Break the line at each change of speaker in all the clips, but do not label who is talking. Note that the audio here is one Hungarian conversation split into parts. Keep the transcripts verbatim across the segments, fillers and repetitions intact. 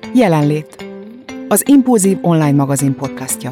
Jelenlét. Az Impulzív online magazin podcastja.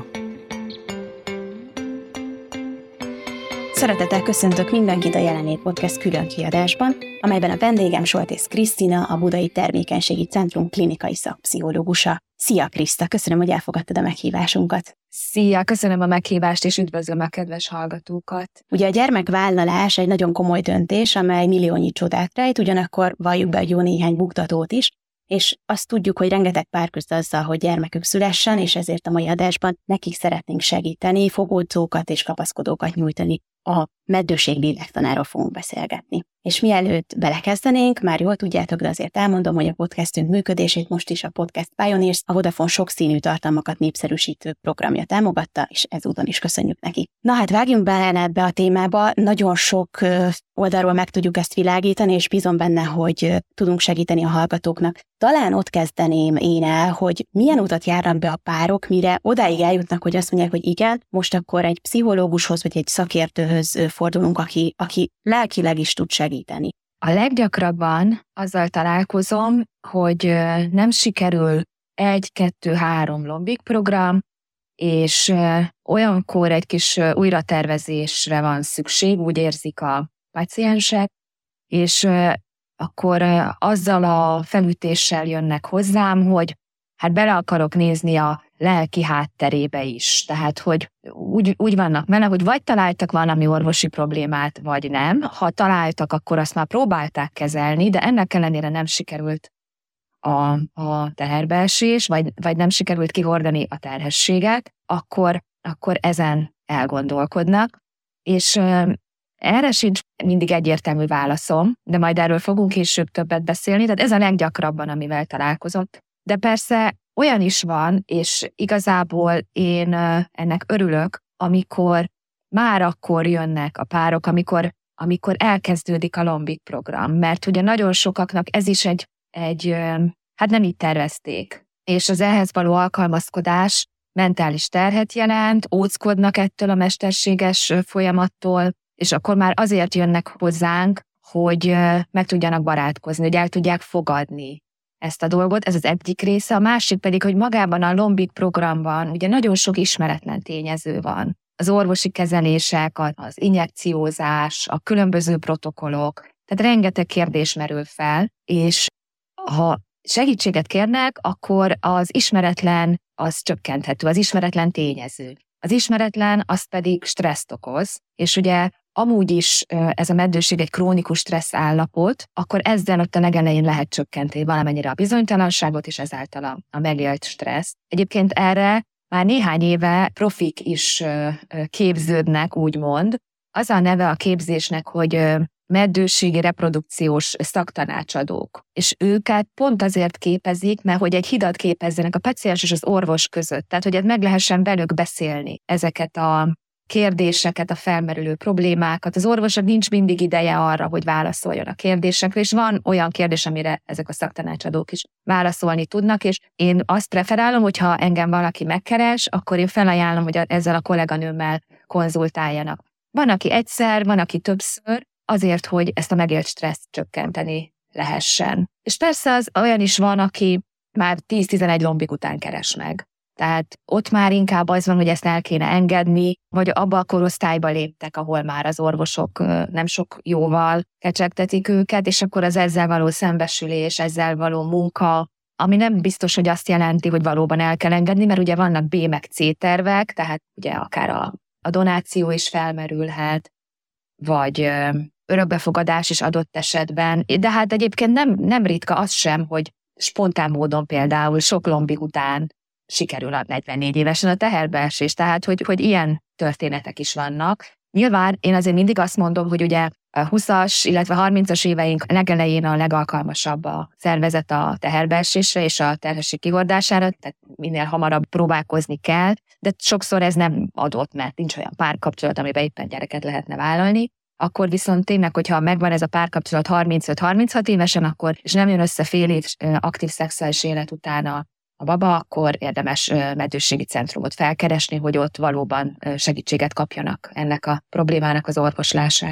Szeretettel köszöntök mindenkit a Jelenlét podcast külön kiadásban, amelyben a vendégem Soltész Krisztina, a Budai Termékenységi Centrum klinikai szakpszichológusa. Szia Kriszta, köszönöm, hogy elfogadtad a meghívásunkat.
Szia, köszönöm a meghívást, és üdvözlöm a kedves hallgatókat.
Ugye a gyermekvállalás egy nagyon komoly döntés, amely milliónyi csodát rejt, ugyanakkor valljuk be, hogy jó néhány buktatót is, és azt tudjuk, hogy rengeteg pár küzd azzal, hogy gyermekük szülessen, és ezért a mai adásban nekik szeretnénk segíteni, fogódzókat és kapaszkodókat nyújtani. A meddőség lélektanáról fogunk beszélgetni. És mielőtt belekezdenénk, már jól tudjátok, de azért elmondom, hogy a podcastünk működését most is a Podcast Pioneers, a Vodafone sokszínű tartalmakat népszerűsítő programja támogatta, és ezúton is köszönjük neki. Na hát vágjunk bele ebbe a témába, nagyon sok oldalról meg tudjuk ezt világítani, és bízom benne, hogy tudunk segíteni a hallgatóknak. Talán ott kezdeném én el, hogy milyen utat járnak be a párok, mire odáig eljutnak, hogy azt mondják, hogy igen, most akkor egy pszichológushoz vagy egy szakértőhöz fordulunk, aki, aki lelkileg is tud segíteni.
A leggyakrabban azzal találkozom, hogy nem sikerül egy, kettő, három lombik program, és olyankor egy kis újratervezésre van szükség, úgy érzik a páciensek, és akkor azzal a felütéssel jönnek hozzám, hogy hát bele akarok nézni a lelki hátterébe is. Tehát, hogy úgy, úgy vannak vele, hogy vagy találtak valami orvosi problémát, vagy nem. Ha találtak, akkor azt már próbálták kezelni, de ennek ellenére nem sikerült a, a teherbeesés, vagy, vagy nem sikerült kihordani a terhességet, akkor, akkor ezen elgondolkodnak. És erre sincs mindig egyértelmű válaszom, de majd erről fogunk később többet beszélni, tehát ez a leggyakrabban, amivel találkozott. De persze olyan is van, és igazából én ennek örülök, amikor már akkor jönnek a párok, amikor, amikor elkezdődik a lombik program, mert ugye nagyon sokaknak ez is egy, egy, hát nem így tervezték, és az ehhez való alkalmazkodás mentális terhet jelent, óckodnak ettől a mesterséges folyamattól, és akkor már azért jönnek hozzánk, hogy meg tudjanak barátkozni, hogy el tudják fogadni ezt a dolgot, ez az egyik része, a másik pedig, hogy magában a lombik programban ugye nagyon sok ismeretlen tényező van. Az orvosi kezelések, az injekciózás, a különböző protokollok, tehát rengeteg kérdés merül fel, és ha segítséget kérnek, akkor az ismeretlen az csökkenthető, az ismeretlen tényező. Az ismeretlen az pedig stresszt okoz, és ugye amúgy is ez a meddőség egy krónikus stressz állapot, akkor ezzel ott a legelején lehet csökkenteni valamennyire a bizonytalanságot, és ezáltal a, a megélt stressz. Egyébként erre már néhány éve profik is képződnek, úgymond. Az a neve a képzésnek, hogy meddőségi reprodukciós szaktanácsadók. És őket pont azért képezik, mert hogy egy hidat képezzenek a paciens és az orvos között. Tehát, hogy meg lehessen velük beszélni ezeket a kérdéseket, a felmerülő problémákat. Az orvosnak nincs mindig ideje arra, hogy válaszoljon a kérdésekre, és van olyan kérdés, amire ezek a szaktanácsadók is válaszolni tudnak, és én azt preferálom, hogyha engem valaki megkeres, akkor én felajánlom, hogy ezzel a kolléganőmmel konzultáljanak. Van, aki egyszer, van, aki többször, azért, hogy ezt a megélt stresszt csökkenteni lehessen. És persze az olyan is van, aki már tíz-tizenegy lombik után keres meg. Tehát ott már inkább az van, hogy ezt el kéne engedni, vagy abba a korosztályba léptek, ahol már az orvosok nem sok jóval kecsegtetik őket, és akkor az ezzel való szembesülés, ezzel való munka, ami nem biztos, hogy azt jelenti, hogy valóban el kell engedni, mert ugye vannak B meg C tervek, tehát ugye akár a, a donáció is felmerülhet, vagy örökbefogadás is adott esetben, de hát egyébként nem, nem ritka az sem, hogy spontán módon például sok lombik után sikerül a negyvennégy évesen a teherbeesés, tehát hogy, hogy ilyen történetek is vannak. Nyilván én azért mindig azt mondom, hogy ugye a huszas, illetve harmincas éveink legelején a legalkalmasabb a szervezet a teherbeesésre és a terhesség kihordására, tehát minél hamarabb próbálkozni kell, de sokszor ez nem adott, mert nincs olyan párkapcsolat, amiben éppen gyereket lehetne vállalni. Akkor viszont tényleg, hogyha megvan ez a párkapcsolat harmincöt-harminchat évesen, akkor, és nem jön össze fél év aktív szexuális élet után a, a baba, akkor érdemes meddőségi centrumot felkeresni, hogy ott valóban segítséget kapjanak ennek a problémának az orvoslására.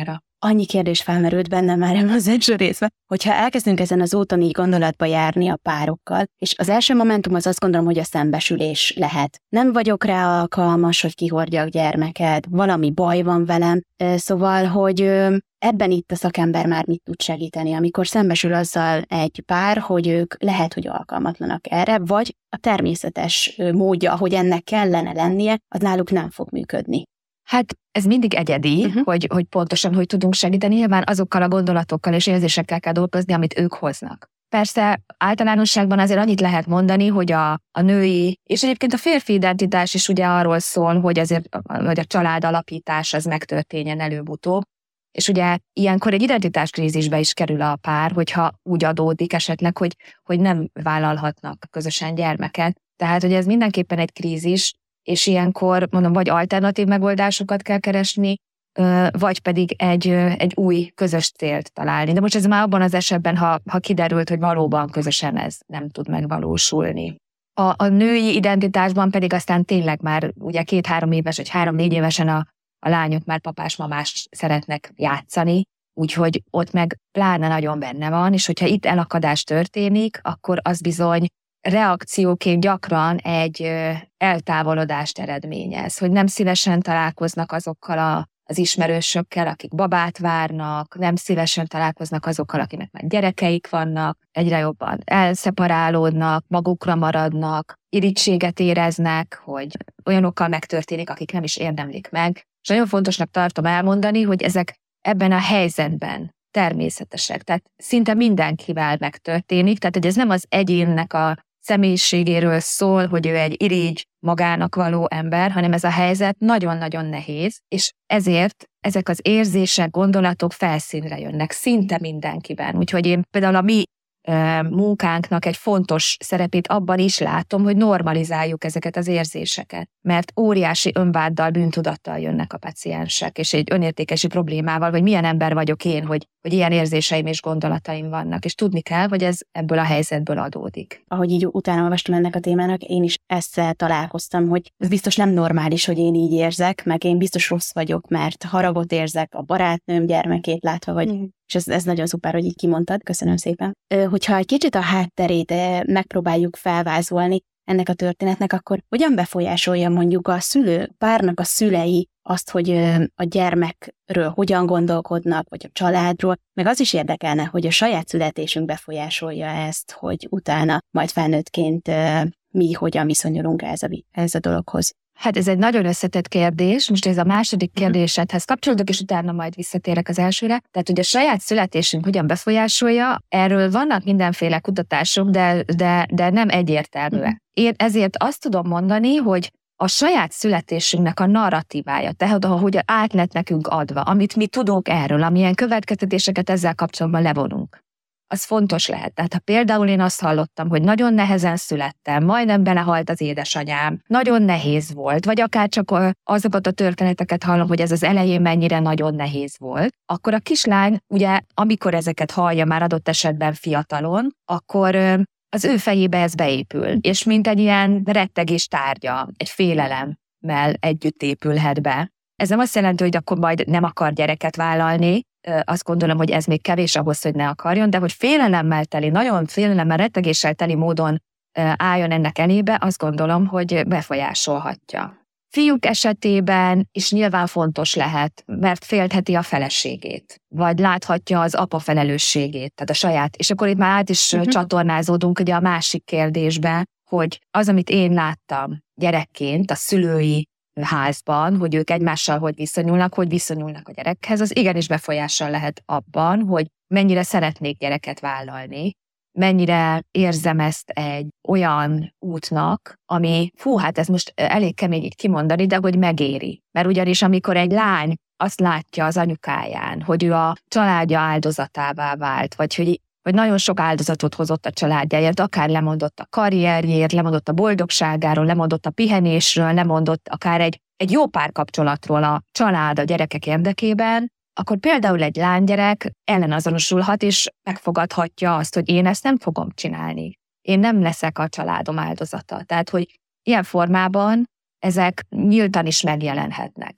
Annyi kérdés felmerült bennem már ebben az első részben, hogyha elkezdünk ezen az úton így gondolatba járni a párokkal, és az első momentum az azt gondolom, hogy a szembesülés lehet. Nem vagyok rá alkalmas, hogy kihordjak gyermeket, valami baj van velem, szóval, hogy ebben itt a szakember már mit tud segíteni, amikor szembesül azzal egy pár, hogy ők lehet, hogy alkalmatlanak erre, vagy a természetes módja, hogy ennek kellene lennie, az náluk nem fog működni.
Hát ez mindig egyedi, uh-huh. hogy, hogy pontosan hogy tudunk segíteni, nyilván azokkal a gondolatokkal és érzésekkel kell dolgozni, amit ők hoznak. Persze általánosságban azért annyit lehet mondani, hogy a, a női, és egyébként a férfi identitás is ugye arról szól, hogy azért hogy a család alapítás az megtörténjen előbb-utóbb, és ugye ilyenkor egy identitáskrízisbe is kerül a pár, hogyha úgy adódik esetleg, hogy, hogy nem vállalhatnak közösen gyermeket. Tehát, hogy ez mindenképpen egy krízis, és ilyenkor, mondom, vagy alternatív megoldásokat kell keresni, vagy pedig egy, egy új közös célt találni. De most ez már abban az esetben, ha, ha kiderült, hogy valóban közösen ez nem tud megvalósulni. A, a női identitásban pedig aztán tényleg már ugye két-három éves, vagy három-négy évesen a, a lányok már papás-mamás szeretnek játszani, úgyhogy ott meg pláne nagyon benne van, és hogyha itt elakadás történik, akkor az bizony reakcióként gyakran egy eltávolodást eredményez, hogy nem szívesen találkoznak azokkal a, az ismerősökkel, akik babát várnak, nem szívesen találkoznak azokkal, akiknek már gyerekeik vannak, egyre jobban elszeparálódnak, magukra maradnak, irítséget éreznek, hogy olyanokkal megtörténik, akik nem is érdemlik meg. És nagyon fontosnak tartom elmondani, hogy ezek ebben a helyzetben természetesek, tehát szinte mindenkivel megtörténik, tehát hogy ez nem az egyénnek a személyiségéről szól, hogy ő egy irigy, magának való ember, hanem ez a helyzet nagyon-nagyon nehéz, és ezért ezek az érzések, gondolatok felszínre jönnek szinte mindenkiben. Úgyhogy én például a mi e, munkánknak egy fontos szerepét abban is látom, hogy normalizáljuk ezeket az érzéseket, mert óriási önváddal, bűntudattal jönnek a paciensek, és egy önértékesi problémával, hogy milyen ember vagyok én, hogy, hogy ilyen érzéseim és gondolataim vannak, és tudni kell, hogy ez ebből a helyzetből adódik.
Ahogy így utána olvastam ennek a témának, én is ezzel találkoztam, hogy ez biztos nem normális, hogy én így érzek, meg én biztos rossz vagyok, mert haragot érzek a barátnőm gyermekét látva, vagy mm. és ez, ez nagyon szuper, hogy így kimondtad, köszönöm szépen. Hogyha egy kicsit a hátterét megpróbáljuk felvázolni ennek a történetnek, akkor hogyan befolyásolja mondjuk a szülő, párnak a szülei azt, hogy a gyermekről hogyan gondolkodnak, vagy a családról, meg az is érdekelne, hogy a saját születésünk befolyásolja ezt, hogy utána majd felnőttként mi hogyan viszonyulunk ez a, ez a dologhoz.
Hát ez egy nagyon összetett kérdés, most ez a második kérdésedhez kapcsolódok, és utána majd visszatérek az elsőre. Tehát, hogy a saját születésünk hogyan befolyásolja, erről vannak mindenféle kutatások, de, de, de nem egyértelműek. Én ezért azt tudom mondani, hogy a saját születésünknek a narratívája, tehát ahogy át lett nekünk adva, amit mi tudunk erről, amilyen következtetéseket ezzel kapcsolatban levonunk, az fontos lehet. Tehát ha például én azt hallottam, hogy nagyon nehezen születtem, majdnem belehalt az édesanyám, nagyon nehéz volt, vagy akár csak azokat a történeteket hallom, hogy ez az elején mennyire nagyon nehéz volt, akkor a kislány, ugye, amikor ezeket hallja már adott esetben fiatalon, akkor az ő fejébe ez beépül, és mint egy ilyen rettegés tárgya, egy félelemmel együtt épülhet be. Ez nem azt jelenti, hogy akkor majd nem akar gyereket vállalni, azt gondolom, hogy ez még kevés ahhoz, hogy ne akarjon, de hogy félelemmel teli, nagyon félelemmel, rettegéssel teli módon álljon ennek elébe, azt gondolom, hogy befolyásolhatja. Fiúk esetében is nyilván fontos lehet, mert féltheti a feleségét, vagy láthatja az apa felelősségét, tehát a saját, és akkor itt már át is uh-huh. csatornázódunk ugye a másik kérdésbe, hogy az, amit én láttam gyerekként a szülői házban, hogy ők egymással hogy viszonyulnak, hogy viszonyulnak a gyerekhez, az igenis befolyással lehet abban, hogy mennyire szeretnék gyereket vállalni, mennyire érzem ezt egy olyan útnak, ami, fú, hát ez most elég kemény így kimondani, de hogy megéri. Mert ugyanis amikor egy lány azt látja az anyukáján, hogy ő a családja áldozatává vált, vagy hogy vagy nagyon sok áldozatot hozott a családjáért, akár lemondott a karrierjért, lemondott a boldogságáról, lemondott a pihenésről, lemondott akár egy, egy jó párkapcsolatról a család, a gyerekek érdekében, akkor például egy lánygyerek ellenazonosulhat és megfogadhatja azt, hogy én ezt nem fogom csinálni. Én nem leszek a családom áldozata. Tehát, hogy ilyen formában ezek nyíltan is megjelenhetnek.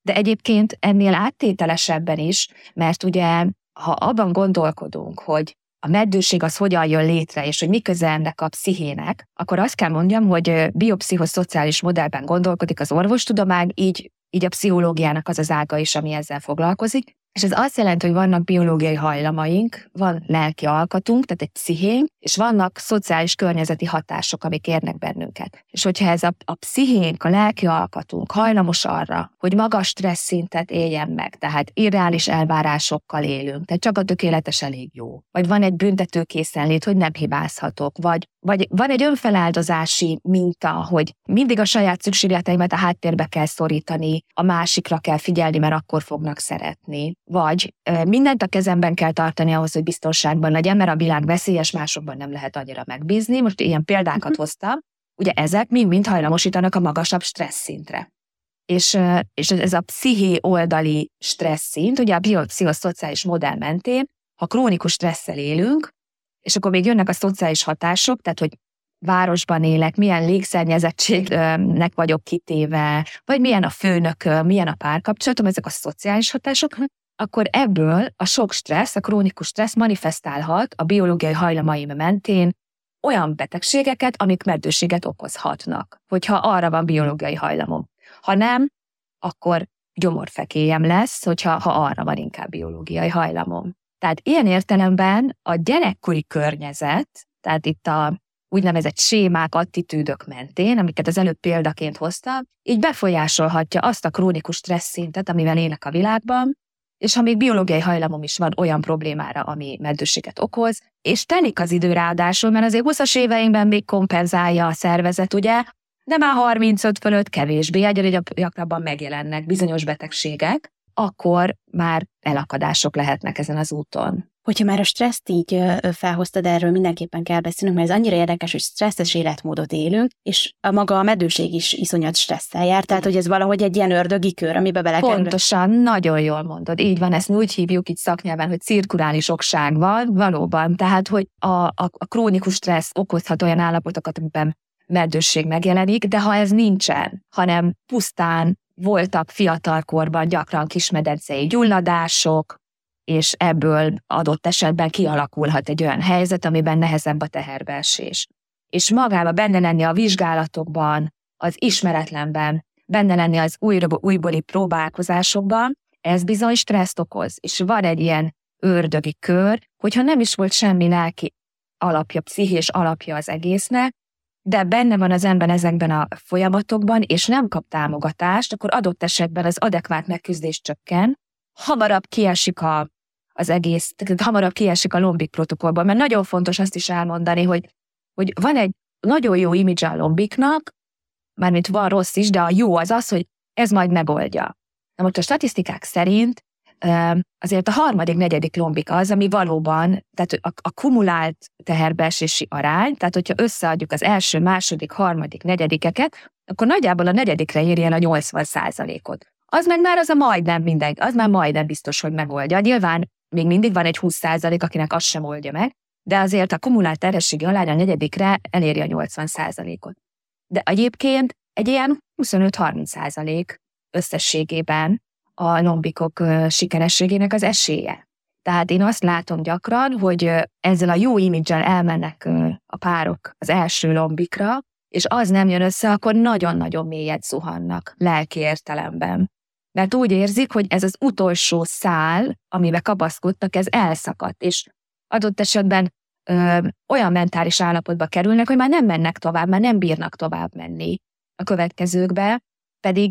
de egyébként ennél áttételesebben is, mert ugye, ha abban gondolkodunk, hogy a meddőség az hogyan jön létre, és hogy mi köze ennek a pszichének, akkor azt kell mondjam, hogy biopszichoszociális modellben gondolkodik az orvostudomány, így, így a pszichológiának az az ága is, ami ezzel foglalkozik. És ez azt jelenti, hogy vannak biológiai hajlamaink, van lelki alkatunk, tehát egy pszichénk, és vannak szociális környezeti hatások, amik érnek bennünket. És hogyha ez a, a pszichénk, a lelki alkatunk hajlamos arra, hogy magas stressz szintet éljen meg, tehát irreális elvárásokkal élünk, tehát csak a tökéletes elég jó. Vagy van egy büntető készenlét, hogy nem hibázhatok, vagy, vagy van egy önfeláldozási minta, hogy mindig a saját szükségleteimet a háttérbe kell szorítani, a másikra kell figyelni, mert akkor fognak szeretni. Vagy mindent a kezemben kell tartani ahhoz, hogy biztonságban legyen, mert a világ veszélyes, másokban nem lehet annyira megbízni. Most ilyen példákat hoztam. Ugye ezek mind-mind hajlamosítanak a magasabb stressz szintre. És, és ez a psziché oldali stressz szint, ugye a biopszichoszociális modell mentén, ha krónikus stresszel élünk, és akkor még jönnek a szociális hatások, tehát hogy városban élek, milyen légszennyezettségnek vagyok kitéve, vagy milyen a főnököm, milyen a párkapcsolatom, ezek a szociális hatások, akkor ebből a sok stressz, a krónikus stressz manifestálhat a biológiai hajlamaim mentén olyan betegségeket, amik meddőséget okozhatnak, hogyha arra van biológiai hajlamom. Ha nem, akkor gyomorfekélyem lesz, hogyha ha arra van inkább biológiai hajlamom. Tehát ilyen értelemben a gyerekkori környezet, tehát itt a úgynevezett sémák, attitűdök mentén, amiket az előbb példaként hoztam, így befolyásolhatja azt a krónikus stressz szintet, amivel élek a világban, és ha még biológiai hajlamom is van olyan problémára, ami meddőséget okoz, és telik az idő ráadásul, mert azért húszas éveinkben még kompenzálja a szervezet, ugye, de már harmincöt fölött kevésbé, egyre gyakrabban megjelennek bizonyos betegségek, akkor már elakadások lehetnek ezen az úton.
Hogyha már a stresszt így felhoztad, erről mindenképpen kell beszélnünk, mert ez annyira érdekes, hogy stresszes életmódot élünk, és a maga a meddőség is iszonyat stresszel jár, tehát hogy ez valahogy egy ilyen ördögi kör, amiben belekerül.
Pontosan, nagyon jól mondod, így van, ezt mi úgy hívjuk itt szaknyelven, hogy cirkuláris okság van, valóban, tehát hogy a, a, a krónikus stressz okozhat olyan állapotokat, amiben meddőség megjelenik, de ha ez nincsen, hanem pusztán voltak fiatalkorban gyakran kismedencei gyulladások, és ebből adott esetben kialakulhat egy olyan helyzet, amiben nehezebb a teherbeesés. És magában benne lenni a vizsgálatokban, az ismeretlenben, benne lenni az újra, újbóli próbálkozásokban, ez bizony stresszt okoz. És van egy ilyen ördögi kör, hogyha nem is volt semmi lelki alapja, pszichés alapja az egésznek, de benne van az ember ezekben a folyamatokban, és nem kap támogatást, akkor adott esetben az adekvát megküzdés csökken, hamarabb kiesik a, az egész, tehát hamarabb kiesik a lombik protokollból, mert nagyon fontos azt is elmondani, hogy, hogy van egy nagyon jó image a lombiknak, mármint van rossz is, de a jó az az, hogy ez majd megoldja. Na most a statisztikák szerint azért a harmadik, negyedik lombik az, ami valóban, tehát a, a kumulált teherbeesési arány, tehát hogyha összeadjuk az első, második, harmadik, negyedikeket, akkor nagyjából a negyedikre éri el a nyolcvan százalékot. Az meg már az a majdnem minden, az már majdnem biztos, hogy megoldja. Nyilván még mindig van egy húsz százalék, akinek azt sem oldja meg, de azért a kumulált terhességi arány a negyedikre eléri a nyolcvan százalékot. De egyébként egy ilyen huszonöt-harminc százalék összességében a lombikok sikerességének az esélye. Tehát én azt látom gyakran, hogy ezzel a jó imidzsel elmennek a párok az első lombikra, és az nem jön össze, akkor nagyon-nagyon mélyet zuhannak lelki értelemben. Mert úgy érzik, hogy ez az utolsó szál, amiben kapaszkodtak, ez elszakadt, és adott esetben ö, olyan mentális állapotba kerülnek, hogy már nem mennek tovább, már nem bírnak tovább menni a következőkbe, pedig,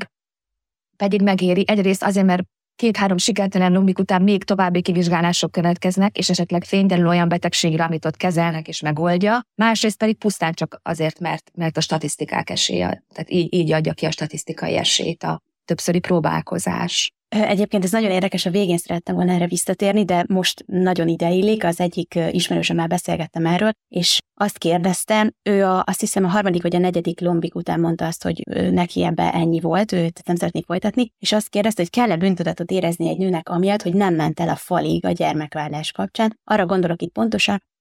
pedig megéri egyrészt azért, mert két-három sikertelen lombik után még további kivizsgálások következnek, és esetleg fényderül olyan betegségre, amit ott kezelnek és megoldja, másrészt pedig pusztán csak azért, mert, mert a statisztikák esélye, tehát így, így adja ki a statisztikai esélyt a többszöri próbálkozás.
Egyébként ez nagyon érdekes, a végén szerettem volna erre visszatérni, de most nagyon ideillik, az egyik ismerősömmel beszélgettem erről, és azt kérdeztem, ő a, azt hiszem a harmadik vagy a negyedik lombik után mondta azt, hogy neki ebbe ennyi volt, ő nem szeretné folytatni, és azt kérdezte, hogy kell-e bűntudatot érezni egy nőnek amiatt, hogy nem ment el a falig a gyermekvállalás kapcsán. Arra gondolok itt pontosan,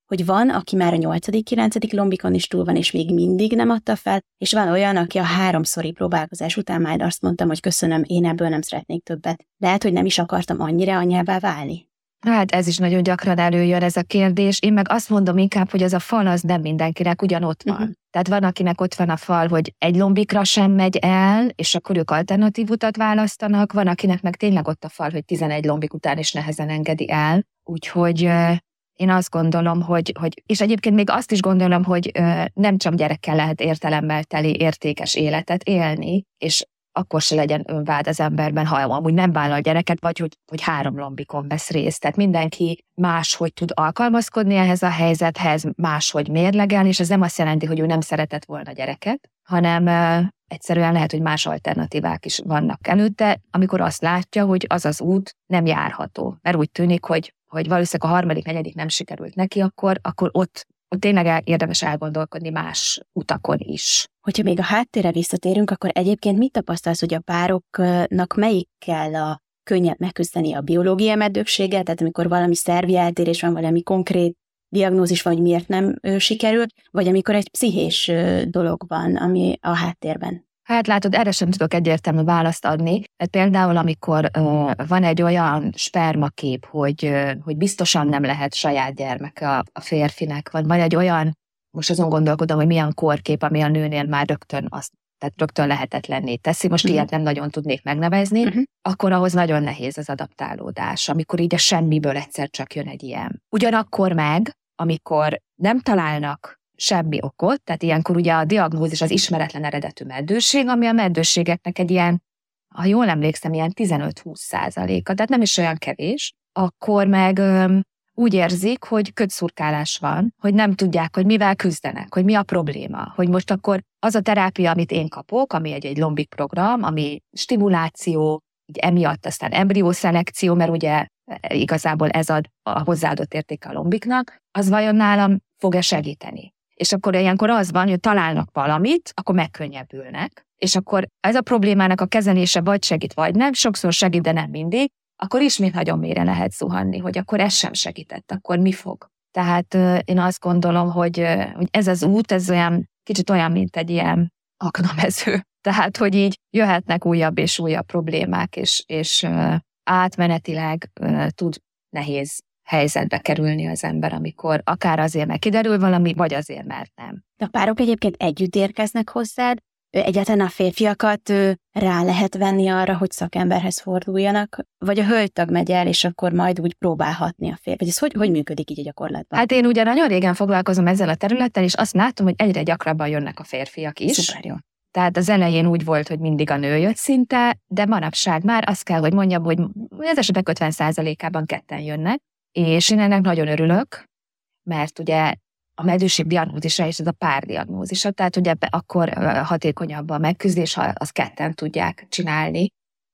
hogy van, aki már a nyolcadik-kilencedik lombikon is túl van, és még mindig nem adta fel, és van olyan, aki a háromszori próbálkozás után már azt mondtam, hogy köszönöm, én ebből nem szeretnék többet. Lehet, hogy nem is akartam annyira anyává válni.
Hát ez is nagyon gyakran előjön ez a kérdés. Én meg azt mondom inkább, hogy az a fal az nem mindenkinek ugyanott van. Uh-huh. Tehát van, akinek ott van a fal, hogy egy lombikra sem megy el, és akkor ők alternatív utat választanak, van, akinek meg tényleg ott a fal, hogy tizenegy lombik után is nehezen engedi el. Úgyhogy én azt gondolom, hogy, hogy és egyébként még azt is gondolom, hogy nem csak gyerekkel lehet értelemmel teli értékes életet élni, és akkor se legyen önvád az emberben, ha amúgy nem vállal gyereket, vagy hogy, hogy három lombikon vesz részt. Tehát mindenki máshogy tud alkalmazkodni ehhez a helyzethez, máshogy mérlegel, és ez nem azt jelenti, hogy ő nem szeretett volna gyereket, hanem uh, egyszerűen lehet, hogy más alternatívák is vannak előtte, amikor azt látja, hogy az az út nem járható. Mert úgy tűnik, hogy, hogy valószínűleg a harmadik, negyedik nem sikerült neki, akkor, akkor ott ott tényleg érdemes elgondolkodni más utakon is.
Hogyha még a háttérre visszatérünk, akkor egyébként mit tapasztalsz, hogy a pároknak melyik kell a könnyebb megküzdeni, a biológiai meddögséggel, tehát amikor valami szervi eltérés van, valami konkrét diagnózis van, hogy miért nem ö, sikerült, vagy amikor egy pszichés ö, dolog van, ami a háttérben?
Hát látod, erre sem tudok egyértelmű választ adni, mert például amikor ö, van egy olyan spermakép, hogy, ö, hogy biztosan nem lehet saját gyermeke a, a férfinek, vagy van egy olyan, most azon gondolkodom, hogy milyen korkép, ami a nőnél már rögtön azt, tehát rögtön lehetetlenné teszi, most uh-huh. ilyet nem nagyon tudnék megnevezni, uh-huh. akkor ahhoz nagyon nehéz az adaptálódás, amikor így a semmiből egyszer csak jön egy ilyen. Ugyanakkor meg, amikor nem találnak semmi okot, tehát ilyenkor ugye a diagnózis az ismeretlen eredetű meddőség, ami a meddőségeknek egy ilyen, ha jól emlékszem, ilyen tizenöt-húsz százaléka, tehát nem is olyan kevés, akkor meg öm, úgy érzik, hogy kötszurkálás van, hogy nem tudják, hogy mivel küzdenek, hogy mi a probléma, hogy most akkor az a terápia, amit én kapok, ami egy, egy lombik program, ami stimuláció, így emiatt aztán embriószelekció, mert ugye igazából ez ad a hozzáadott értéke a lombiknak, az vajon nálam fog-e segíteni? És akkor ilyenkor az van, hogy találnak valamit, akkor megkönnyebbülnek, és akkor ez a problémának a kezelése vagy segít, vagy nem, sokszor segít, de nem mindig, akkor ismét nagyon mélyre lehet zuhanni, hogy akkor ez sem segített, akkor mi fog? Tehát euh, én azt gondolom, hogy, euh, hogy ez az út, ez olyan, kicsit olyan, mint egy ilyen aknamező. Tehát, hogy így jöhetnek újabb és újabb problémák, és, és euh, átmenetileg euh, tud nehéz helyzetbe kerülni az ember, amikor akár azért, mert kiderül valami, vagy azért, mert nem.
De a párok egyébként együtt érkeznek hozzád, egyáltalán a férfiakat rá lehet venni arra, hogy szakemberhez forduljanak, vagy a hölgytag megy el, és akkor majd úgy próbálhatni a férfi. Vagy ez hogy, hogy működik így a gyakorlatban?
Hát én ugye nagyon régen foglalkozom ezzel a területtel, és azt látom, hogy egyre gyakrabban jönnek a férfiak is.
Szuper jó.
Tehát az elején úgy volt, hogy mindig a nő jött szinte, de manapság már azt kell, hogy mondjam, hogy az esetek ötven százalékában ketten jönnek, és én ennek nagyon örülök, mert ugye a meddőség diagnózisa és ez a párdiagnózisa, tehát ugye akkor hatékonyabb a megküzdés, ha azt ketten tudják csinálni,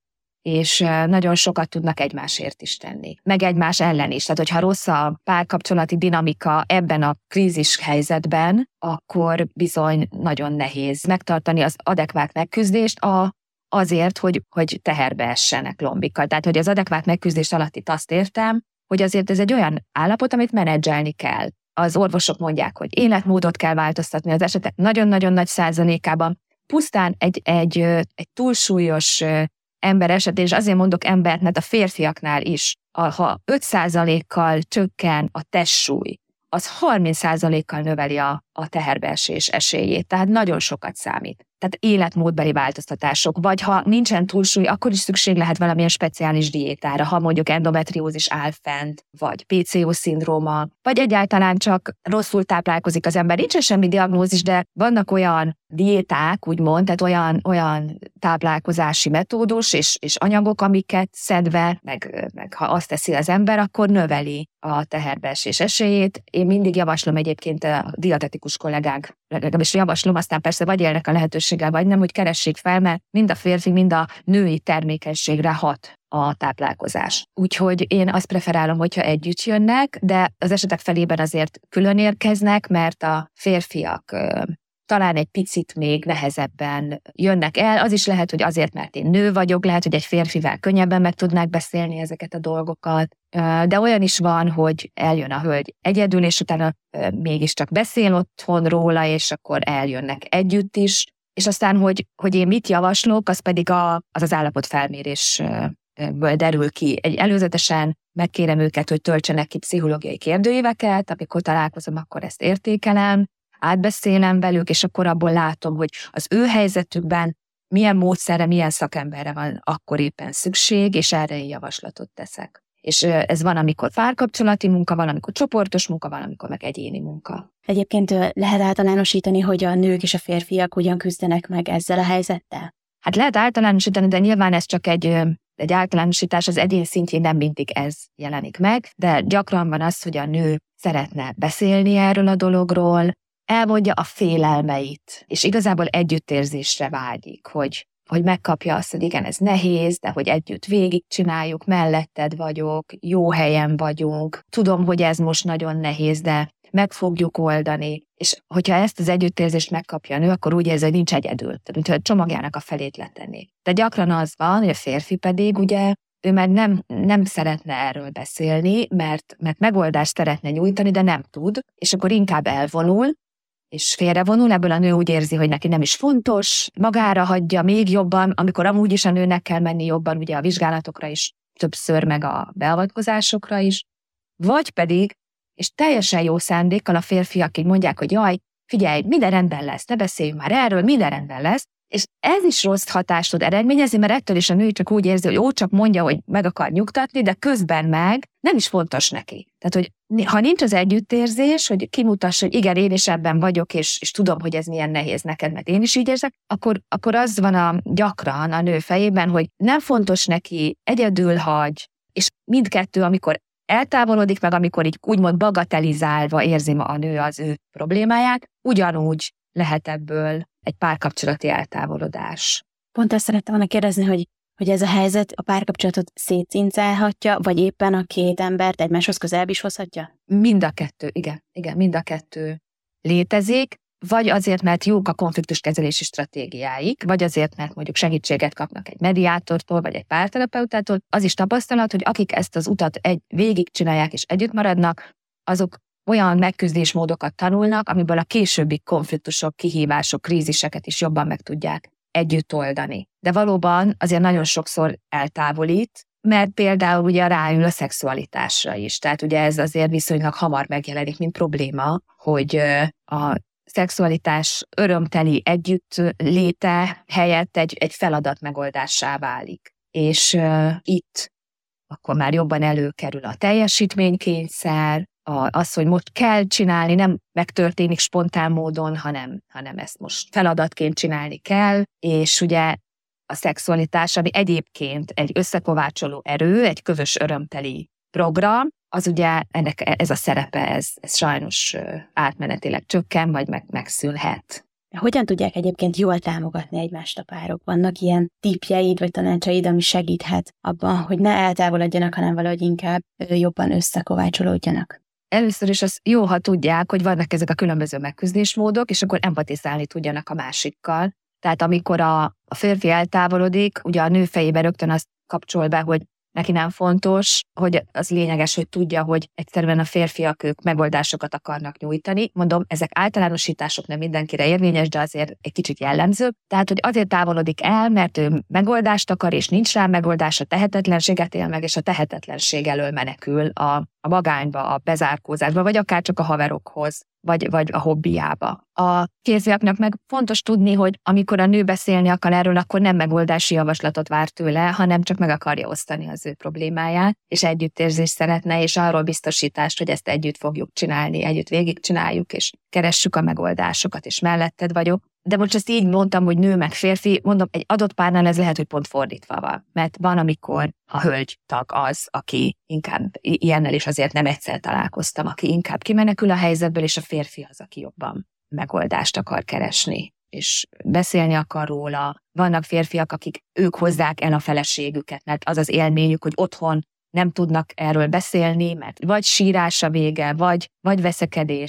és nagyon sokat tudnak egymásért is tenni, meg egymás ellen is. Tehát, hogyha rossz a párkapcsolati dinamika ebben a krízis helyzetben, akkor bizony nagyon nehéz megtartani az adekvát megküzdést a, azért, hogy, hogy teherbe essenek lombikkal. Tehát, hogy az adekvát megküzdés alatt itt azt értem, hogy azért ez egy olyan állapot, amit menedzselni kell. Az orvosok mondják, hogy életmódot kell változtatni az esetek nagyon-nagyon nagy százalékában. Pusztán egy, egy, egy túlsúlyos ember esetén, és azért mondok embert, mert a férfiaknál is, ha öt százalékkal csökken a testsúly, az harminc százalékkal növeli a, a teherbeesés esélyét, tehát nagyon sokat számít. Tehát életmódbeli változtatások, vagy ha nincsen túlsúly, akkor is szükség lehet valamilyen speciális diétára, ha mondjuk endometriózis áll fent, vagy pé cé o-szindróma, vagy egyáltalán csak rosszul táplálkozik az ember. Nincsen semmi diagnózis, de vannak olyan diéták, úgymond, tehát olyan, olyan táplálkozási metódus és, és anyagok, amiket szedve, meg, meg ha azt teszi az ember, akkor növeli a teherbeesés esélyét. Én mindig javaslom egyébként a dietetikus kollégák, legalábbis javaslom, aztán persze vagy élnek a lehetőséggel, vagy nem, hogy keressék fel, mert mind a férfi, mind a női termékenységre hat a táplálkozás. Úgyhogy én azt preferálom, hogyha együtt jönnek, de az esetek felében azért külön érkeznek, mert a férfiak talán egy picit még nehezebben jönnek el. Az is lehet, hogy azért, mert én nő vagyok, lehet, hogy egy férfivel könnyebben meg tudnák beszélni ezeket a dolgokat, de olyan is van, hogy eljön a hölgy egyedül, és utána mégiscsak beszél otthon róla, és akkor eljönnek együtt is, és aztán, hogy, hogy én mit javaslok, az pedig a, az az állapotfelmérésből derül ki. Egy előzetesen megkérem őket, hogy töltsenek ki pszichológiai kérdőíveket, amikor találkozom, akkor ezt értékelem, átbeszélem velük, és akkor abból látom, hogy az ő helyzetükben milyen módszerre, milyen szakemberre van akkor éppen szükség, és erre én javaslatot teszek. És ez van, amikor párkapcsolati munka, van, amikor csoportos munka, van, amikor meg egyéni munka.
Egyébként lehet általánosítani, hogy a nők és a férfiak hogyan küzdenek meg ezzel a helyzettel?
Hát lehet általánosítani, de nyilván ez csak egy, egy általánosítás, az egyén szintjén nem mindig ez jelenik meg, de gyakran van az, hogy a nő szeretne beszélni erről a dologról, elmondja a félelmeit, és igazából együttérzésre vágyik, hogy, hogy megkapja azt, hogy igen, ez nehéz, de hogy együtt végigcsináljuk, melletted vagyok, jó helyen vagyunk, tudom, hogy ez most nagyon nehéz, de meg fogjuk oldani. És hogyha ezt az együttérzést megkapja a nő, akkor úgy érzi, hogy nincs egyedül. Tehát, mintha a csomagjának a felét letenni. De gyakran az van, hogy a férfi pedig ugye ő már nem, nem szeretne erről beszélni, mert, mert megoldást szeretne nyújtani, de nem tud, és akkor inkább elvonul, és félrevonul, ebből a nő úgy érzi, hogy neki nem is fontos, magára hagyja még jobban, amikor amúgy is a nőnek kell menni jobban, ugye a vizsgálatokra is többször, meg a beavatkozásokra is, vagy pedig, és teljesen jó szándékkal a férfiak így mondják, hogy jaj, figyelj, minden rendben lesz, ne beszéljünk már erről, minden rendben lesz, és ez is rossz hatást tud eredményezni, mert ettől is a nő csak úgy érzi, hogy ó, csak mondja, hogy meg akar nyugtatni, de közben meg nem is fontos neki. Tehát, hogy ha nincs az együttérzés, hogy kimutassa, hogy igen, én is ebben vagyok, és, és tudom, hogy ez milyen nehéz neked, mert én is így érzek, akkor, akkor az van a, gyakran a nő fejében, hogy nem fontos neki, egyedül hagy, és mindkettő, amikor eltávolodik meg, amikor így úgymond bagatelizálva érzi ma a nő az ő problémáját, ugyanúgy lehet ebből egy párkapcsolati eltávolodás.
Pont ezt szerettem volna kérdezni, hogy, hogy ez a helyzet a párkapcsolatot szétcincálhatja, vagy éppen a két embert egymáshoz közelebb is hozhatja?
Mind a kettő, igen, igen, mind a kettő létezik, vagy azért, mert jók a konfliktuskezelési stratégiáik, vagy azért, mert mondjuk segítséget kapnak egy mediátortól, vagy egy párterapeutától. Az is tapasztalat, hogy akik ezt az utat egy végigcsinálják és együtt maradnak, azok olyan megküzdésmódokat tanulnak, amiből a későbbi konfliktusok, kihívások, kríziseket is jobban meg tudják együtt oldani. De valóban azért nagyon sokszor eltávolít, mert például ugye ráül a szexualitásra is. Tehát ugye ez azért viszonylag hamar megjelenik, mint probléma, hogy a szexualitás örömteli együtt léte helyett egy, egy feladat megoldássá válik. És uh, itt akkor már jobban előkerül a teljesítménykényszer, A, az, hogy most kell csinálni, nem megtörténik spontán módon, hanem, hanem ezt most feladatként csinálni kell, és ugye a szexualitás, ami egyébként egy összekovácsoló erő, egy közös örömteli program, az ugye ennek ez a szerepe, ez, ez sajnos átmenetileg csökken, vagy meg, megszűnhet.
Hogyan tudják egyébként jól támogatni egymást a párok? Vannak ilyen tippjeid vagy tanácsaid, ami segíthet abban, hogy ne eltávolodjanak, hanem valahogy inkább jobban összekovácsolódjanak?
Először is az jó, ha tudják, hogy vannak ezek a különböző megküzdésmódok, és akkor empatizálni tudjanak a másikkal. Tehát amikor a, a férfi eltávolodik, ugye a nő fejében rögtön azt kapcsol be, hogy neki nem fontos, hogy az lényeges, hogy tudja, hogy egyszerűen a férfiak ők megoldásokat akarnak nyújtani. Mondom, ezek általánosítások nem mindenkire érvényes, de azért egy kicsit jellemző. Tehát, hogy azért távolodik el, mert ő megoldást akar, és nincs rá megoldás, a tehetetlenséget él meg, és a tehetetlenség elől menekül a, a magányba, a bezárkózásba, vagy akár csak a haverokhoz, vagy, vagy a hobbiába. A férfiaknak meg fontos tudni, hogy amikor a nő beszélni akar erről, akkor nem megoldási javaslatot vár tőle, hanem csak meg akarja osztani az ő problémáját, és együttérzést szeretne, és arról biztosítást, hogy ezt együtt fogjuk csinálni, együtt végigcsináljuk, és keressük a megoldásokat, és melletted vagyok. De most ezt így mondtam, hogy nő meg férfi, mondom, egy adott párnál ez lehet, hogy pont fordítva van. Mert van, amikor a hölgy tag az, aki inkább, ilyennel is azért nem egyszer találkoztam, aki inkább kimenekül a helyzetből, és a férfi az, aki jobban megoldást akar keresni, és beszélni akar róla. Vannak férfiak, akik ők hozzák el a feleségüket, mert az az élményük, hogy otthon nem tudnak erről beszélni, mert vagy sírás a vége, vagy, vagy veszekedés.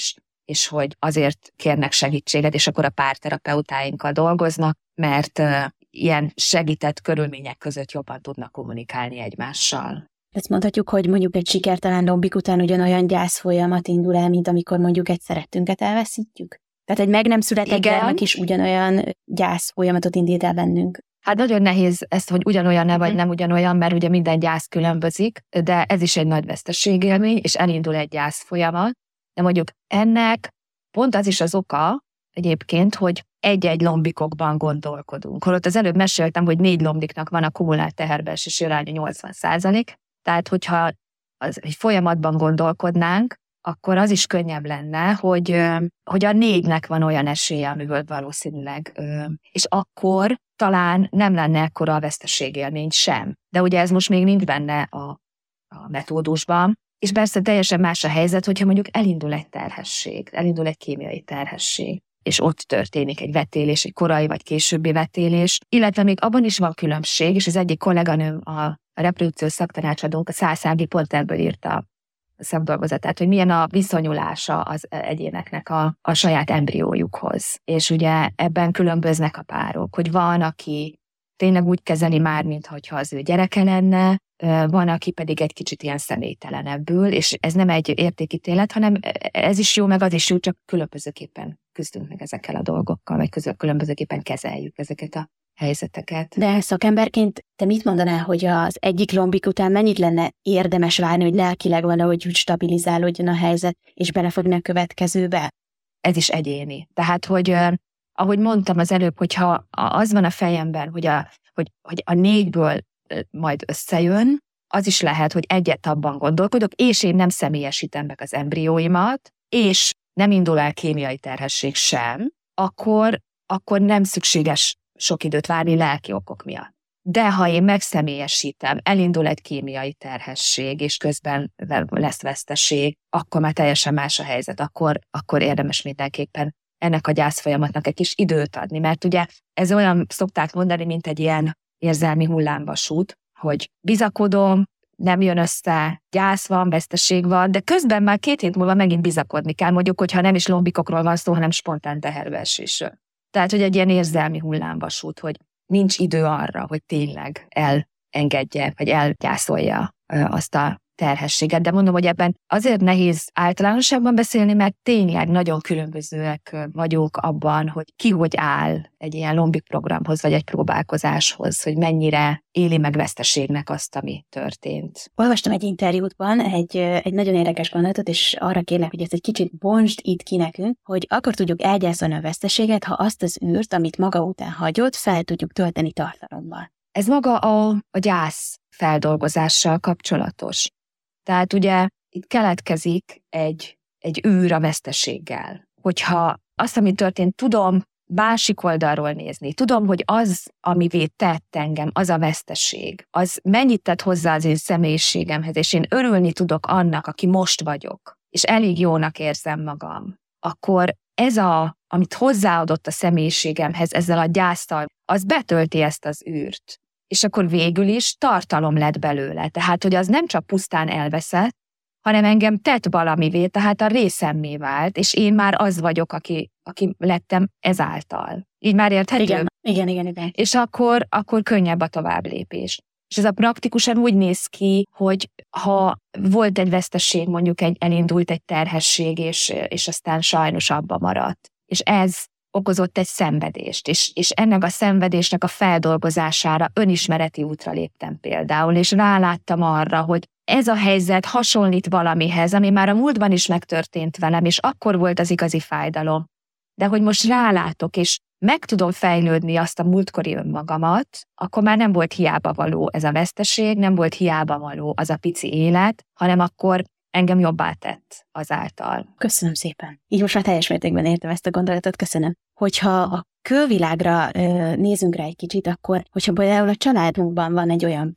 és hogy azért kérnek segítséget, és akkor a párterapeutáinkkal dolgoznak, mert uh, ilyen segített körülmények között jobban tudnak kommunikálni egymással.
Ezt mondhatjuk, hogy mondjuk egy sikertelen lombik után ugyanolyan gyász folyamat indul el, mint amikor mondjuk egy szerettünket elveszítjük? Tehát egy meg nem született gyermek is ugyanolyan gyász folyamatot indít el bennünk.
Hát nagyon nehéz ezt, hogy ugyanolyan-e vagy nem ugyanolyan, mert ugye minden gyász különbözik, de ez is egy nagy veszteségélmény, és elindul egy gyász folyamat. De mondjuk ennek pont az is az oka egyébként, hogy egy-egy lombikokban gondolkodunk. Holott az előbb meséltem, hogy négy lombiknak van a kumulált teherbeesési aránya nyolcvan százalék, tehát hogyha az, egy folyamatban gondolkodnánk, akkor az is könnyebb lenne, hogy, hogy a négynek van olyan esélye, amiből valószínűleg, és akkor talán nem lenne ekkora a veszteségélmény sem. De ugye ez most még nincs benne a, a metódusban, és persze teljesen más a helyzet, hogyha mondjuk elindul egy terhesség, elindul egy kémiai terhesség, és ott történik egy vetélés, egy korai vagy későbbi vetélés, illetve még abban is van különbség, és az egyik kolléganőm, a a reprodukciós szaktanácsadónk, a Szászági pont ebből írta a szakdolgozatát, hogy milyen a viszonyulása az egyéneknek a, a saját embriójukhoz. És ugye ebben különböznek a párok, hogy van, aki tényleg úgy kezeli már, mintha az ő gyereke lenne, van, aki pedig egy kicsit ilyen személytelenebbül, és ez nem egy értékítélet, hanem ez is jó, meg az is jó, csak különbözőképpen küzdünk meg ezekkel a dolgokkal, vagy különbözőképpen kezeljük ezeket a helyzeteket.
De szakemberként te mit mondanál, hogy az egyik lombik után mennyit lenne érdemes várni, hogy lelkileg valahogy úgy stabilizálódjon a helyzet, és belefogni a következőbe?
Ez is egyéni. Tehát, hogy eh, ahogy mondtam az előbb, hogyha az van a fejemben, hogy a, hogy, hogy a négyből eh, majd összejön, az is lehet, hogy egyet abban gondolkodok, és én nem személyesítem meg az embrióimat, és nem indul el kémiai terhesség sem, akkor, akkor nem szükséges sok időt várni lelki okok miatt. De ha én megszemélyesítem, elindul egy kémiai terhesség, és közben lesz veszteség, akkor már teljesen más a helyzet, akkor, akkor érdemes mindenképpen ennek a gyászfolyamatnak egy kis időt adni, mert ugye ez olyan, szokták mondani, mint egy ilyen érzelmi hullámvasút, hogy bizakodom, nem jön össze, gyász van, veszteség van, de közben már két hét múlva megint bizakodni kell, mondjuk, hogyha nem is lombikokról van szó, hanem spontán teherbeesésről. Tehát, hogy egy ilyen érzelmi hullámvasút, hogy nincs idő arra, hogy tényleg elengedje, vagy elgyászolja azt a terhességet. De mondom, hogy ebben azért nehéz általánosságban beszélni, mert tényleg nagyon különbözőek vagyunk abban, hogy ki hogy áll egy ilyen lombik programhoz, vagy egy próbálkozáshoz, hogy mennyire éli meg veszteségnek azt, ami történt.
Olvastam egy interjútban egy, egy nagyon érdekes gondolatot, és arra kérlek, hogy ezt egy kicsit bontsd itt ki nekünk, hogy akkor tudjuk elgyászolni a veszteséget, ha azt az űrt, amit maga után hagyott, fel tudjuk tölteni tartalommal.
Ez maga a, a gyász feldolgozással kapcsolatos. Tehát ugye itt keletkezik egy, egy űr a veszteséggel. Hogyha azt, ami történt, tudom másik oldalról nézni, tudom, hogy az, amivé tett engem, az a veszteség, az mennyit tett hozzá az én személyiségemhez, és én örülni tudok annak, aki most vagyok, és elég jónak érzem magam, akkor ez a, amit hozzáadott a személyiségemhez, ezzel a gyásztal, az betölti ezt az űrt. És akkor végül is tartalom lett belőle. Tehát, hogy az nem csak pusztán elveszett, hanem engem tett valamivé, tehát a részemmé vált, és én már az vagyok, aki, aki lettem ezáltal. Így már érthető?
Igen, igen, igen. igen.
És akkor, akkor könnyebb a továbblépés. És ez a praktikusan úgy néz ki, hogy ha volt egy veszteség, mondjuk egy, elindult egy terhesség, és, és aztán sajnos abba maradt. És ez okozott egy szenvedést, és, és ennek a szenvedésnek a feldolgozására önismereti útra léptem például, és ráláttam arra, hogy ez a helyzet hasonlít valamihez, ami már a múltban is megtörtént velem, és akkor volt az igazi fájdalom. De hogy most rálátok, és meg tudom fejlődni azt a múltkori önmagamat, akkor már nem volt hiába való ez a veszteség, nem volt hiába való az a pici élet, hanem akkor engem jobbá tett azáltal.
Köszönöm szépen. Így most már teljes mértékben értem ezt a gondolatot, köszönöm. Hogyha a külvilágra ö, nézünk rá egy kicsit, akkor, hogyha például a családunkban van egy olyan pár,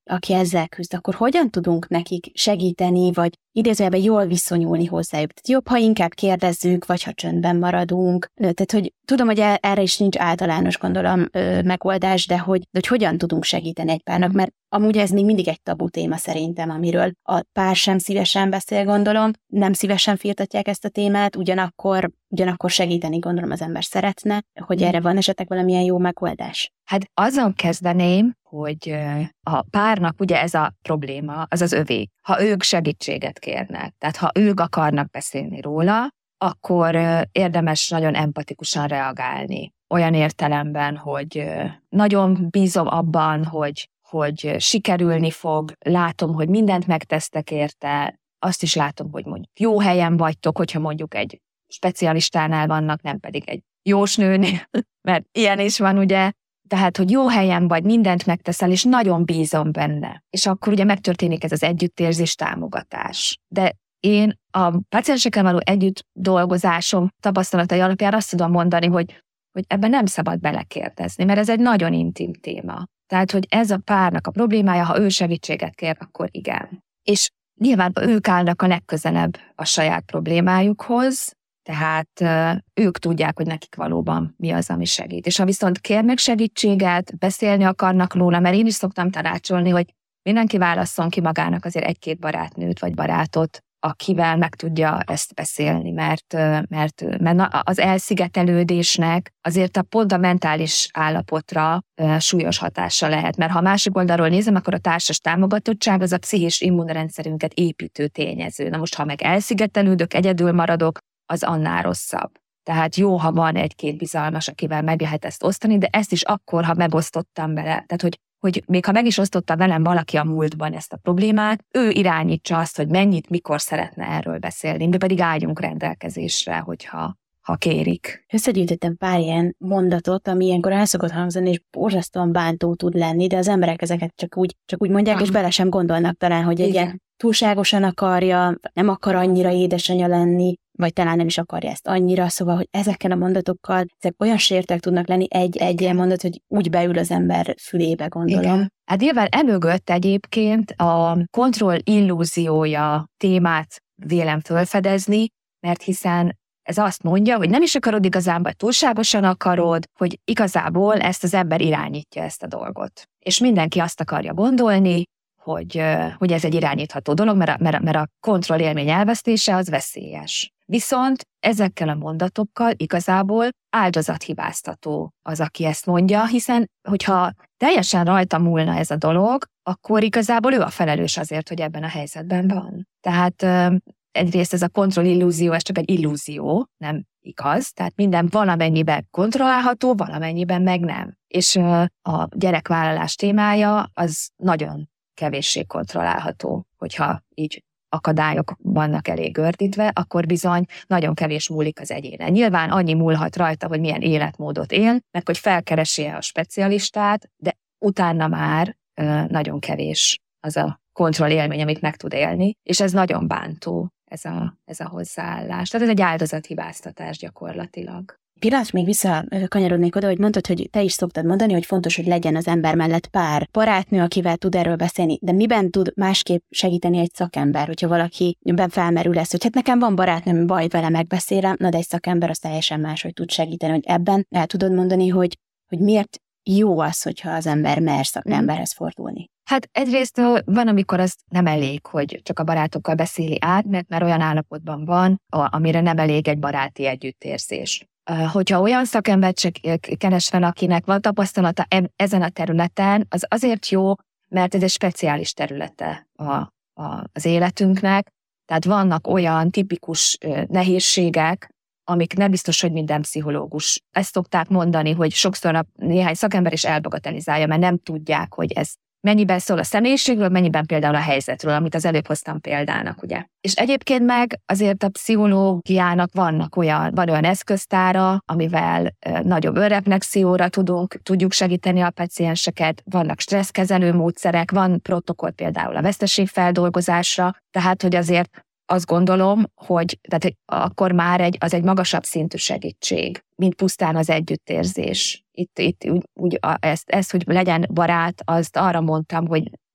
aki ezzel küzd, akkor hogyan tudunk nekik segíteni, vagy idézőjelben jól viszonyulni hozzájuk? Tehát jobb, ha inkább kérdezzük, vagy ha csöndben maradunk. Tehát, hogy tudom, hogy erre is nincs általános, gondolom, megoldás, de hogy, de hogy hogyan tudunk segíteni egy párnak, mert amúgy ez még mindig egy tabu téma szerintem, amiről a pár sem szívesen beszél, gondolom, nem szívesen firtatják ezt a témát, ugyanakkor, ugyanakkor segíteni, gondolom, az ember szeretne, hogy erre van esetleg valamilyen jó megoldás.
Hát azzal kezdeném, hogy a párnak ugye ez a probléma, az az övé. Ha ők segítséget kérnek, tehát ha ők akarnak beszélni róla, akkor érdemes nagyon empatikusan reagálni. Olyan értelemben, hogy nagyon bízom abban, hogy, hogy sikerülni fog, látom, hogy mindent megtesztek érte, azt is látom, hogy mondjuk jó helyen vagytok, hogyha mondjuk egy specialistánál vannak, nem pedig egy jósnőnél, mert ilyen is van, ugye, tehát, hogy jó helyen vagy, mindent megteszel, és nagyon bízom benne. És akkor ugye megtörténik ez az együttérzés, támogatás. De én a páciensekkel való együtt dolgozásom tapasztalatai alapján azt tudom mondani, hogy, hogy ebben nem szabad belekérdezni, mert ez egy nagyon intim téma. Tehát, hogy ez a párnak a problémája, ha ő segítséget kér, akkor igen. És nyilván ők állnak a legközelebb a saját problémájukhoz, tehát uh, ők tudják, hogy nekik valóban mi az, ami segít. És ha viszont kérnek segítséget, beszélni akarnak róla, mert én is szoktam tanácsolni, hogy mindenki válasszon ki magának azért egy-két barátnőt vagy barátot, akivel meg tudja ezt beszélni, mert, mert, mert az elszigetelődésnek azért a pont a mentális állapotra súlyos hatása lehet, mert ha a másik oldalról nézem, akkor a társas támogatottság az a pszichés immunrendszerünket építő tényező. Na most, ha meg elszigetelődök, egyedül maradok, az annál rosszabb. Tehát jó, ha van egy-két bizalmas, akivel meg lehet ezt osztani, de ezt is akkor, ha megosztottam vele. Tehát, hogy, hogy még ha meg is osztotta velem valaki a múltban ezt a problémát, ő irányítsa azt, hogy mennyit, mikor szeretne erről beszélni, mi pedig álljunk rendelkezésre, hogyha ha kérik.
Összegyűjtöttem pár ilyen mondatot, ami ilyenkor el szokott hangzani, és borzasztóan bántó tud lenni, de az emberek ezeket csak úgy, csak úgy mondják, ah. és bele sem gondolnak talán, hogy egy ilyen túlságosan akarja, nem akar annyira édesanyja lenni, vagy talán nem is akarja ezt annyira, szóval, hogy ezekkel a mondatokkal, ezek olyan sértőek tudnak lenni, egy-egy ilyen mondat, hogy úgy beül az ember fülébe, gondolom.
Igen. Hát nyilván emögött egyébként a kontroll illúziója témát vélem fölfedezni, mert hiszen ez azt mondja, hogy nem is akarod igazán, vagy túlságosan akarod, hogy igazából ezt az ember irányítja ezt a dolgot. És mindenki azt akarja gondolni, hogy, hogy ez egy irányítható dolog, mert a, mert a, mert a kontroll élmény elvesztése az veszélyes. Viszont ezekkel a mondatokkal igazából áldozathibáztató az, aki ezt mondja, hiszen hogyha teljesen rajta múlna ez a dolog, akkor igazából ő a felelős azért, hogy ebben a helyzetben van. Tehát egyrészt ez a kontrollillúzió, ez csak egy illúzió, nem igaz, tehát minden valamennyiben kontrollálható, valamennyiben meg nem. És a gyerekvállalás témája az nagyon kevéssé kontrollálható, hogyha így akadályok vannak elég gördítve, akkor bizony nagyon kevés múlik az egyénen. Nyilván annyi múlhat rajta, hogy milyen életmódot él, meg hogy felkeresi a specialistát, de utána már nagyon kevés az a kontrollélmény, amit meg tud élni, és ez nagyon bántó, ez a, ez a hozzáállás. Tehát ez egy áldozathibáztatás gyakorlatilag.
Pillanat, még visszakanyarodnék oda, hogy mondtad, hogy te is szoktad mondani, hogy fontos, hogy legyen az ember mellett pár barátnő, akivel tud erről beszélni, de miben tud másképp segíteni egy szakember, hogyha valakiben felmerül lesz, hogy hát nekem van barátnőm, baj, vele megbeszélem, na de egy szakember az teljesen máshogy tud segíteni, hogy ebben el tudod mondani, hogy, hogy miért jó az, hogyha az ember mer szakemberhez fordulni.
Hát egyrészt van, amikor az nem elég, hogy csak a barátokkal beszéli át, mert már olyan állapotban van, amire nem elég egy baráti együttérzés. Hogyha olyan szakembert se keres fel, akinek van tapasztalata ezen a területen, az azért jó, mert ez egy speciális területe a, a, az életünknek. Tehát vannak olyan tipikus nehézségek, amik nem biztos, hogy minden pszichológus. Ezt szokták mondani, hogy sokszor a néhány szakember is elbagatelizálja, mert nem tudják, hogy ez mennyiben szól a személyiségről, mennyiben például a helyzetről, amit az előbb hoztam példának, ugye. És egyébként meg azért a pszichológiának vannak olyan, van olyan eszköztára, amivel e, nagyobb önreflexióra tudunk, tudjuk segíteni a pacienseket, vannak stresszkezelő módszerek, van protokoll például a veszteségfeldolgozásra, tehát hogy azért azt gondolom, hogy tehát akkor már egy, az egy magasabb szintű segítség, mint pusztán az együttérzés. Itt, itt úgy, úgy ezt, ezt, hogy legyen barát, azt arra mondtam, hogy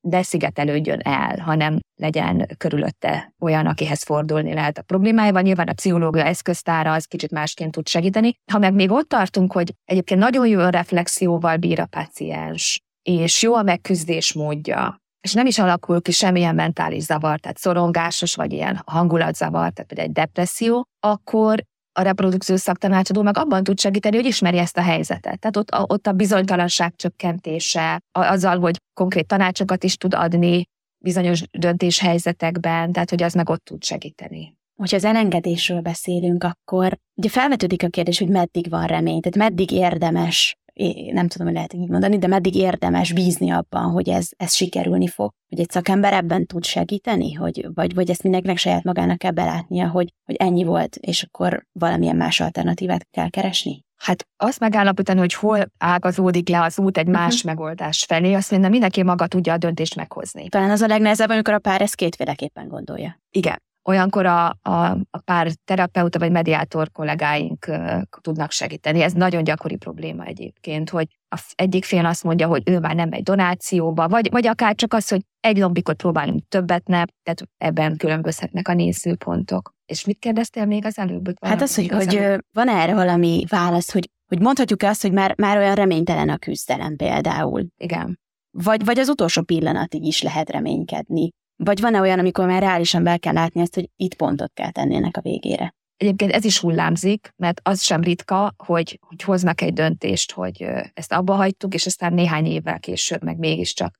de szigetelődjön el, hanem legyen körülötte olyan, akihez fordulni lehet a problémájában. Nyilván a pszichológia eszköztára az kicsit másként tud segíteni. Ha meg még ott tartunk, hogy egyébként nagyon jó reflexióval bír a páciens, és jó a megküzdés módja, és nem is alakul ki semmilyen mentális zavar, tehát szorongásos, vagy ilyen hangulatzavar, tehát például egy depresszió, akkor a reprodukciós szaktanácsadó meg abban tud segíteni, hogy ismeri ezt a helyzetet. Tehát ott a, ott a bizonytalanság csökkentése, azzal, hogy konkrét tanácsokat is tud adni bizonyos döntéshelyzetekben, tehát hogy az meg ott tud segíteni.
Hogyha az elengedésről beszélünk, akkor ugye felvetődik a kérdés, hogy meddig van remény, tehát meddig érdemes, nem tudom, hogy lehet így mondani, de meddig érdemes bízni abban, hogy ez, ez sikerülni fog, hogy egy szakember ebben tud segíteni, hogy, vagy, vagy ezt mindenkinek saját magának kell belátnia, hogy, hogy ennyi volt, és akkor valamilyen más alternatívát kell keresni?
Hát azt megállapítani, hogy hol ágazódik le az út egy más uh-huh. megoldás felé, azt minden mindenki maga tudja a döntést meghozni.
Talán az a legnehezebb, amikor a pár ezt kétféleképpen gondolja.
Igen. Olyankor a, a, a pár terapeuta vagy mediátor kollégáink uh, tudnak segíteni. Ez nagyon gyakori probléma egyébként, hogy az egyik fél azt mondja, hogy ő már nem megy donációba, vagy, vagy akár csak az, hogy egy lombikot próbálunk többet nem, tehát ebben különbözhetnek a nézőpontok. És mit kérdeztél még az előbb?
Hát az, hogy, hogy van-e erre valami válasz, hogy, hogy mondhatjuk-e azt, hogy már, már olyan reménytelen a küzdelem például?
Igen.
Vagy, vagy az utolsó pillanatig is lehet reménykedni. Vagy van-e olyan, amikor már reálisan be kell látni ezt, hogy itt pontot kell tenni ennek a végére?
Egyébként ez is hullámzik, mert az sem ritka, hogy, hogy hoznak egy döntést, hogy ezt abba hagytuk, és aztán néhány évvel később meg mégiscsak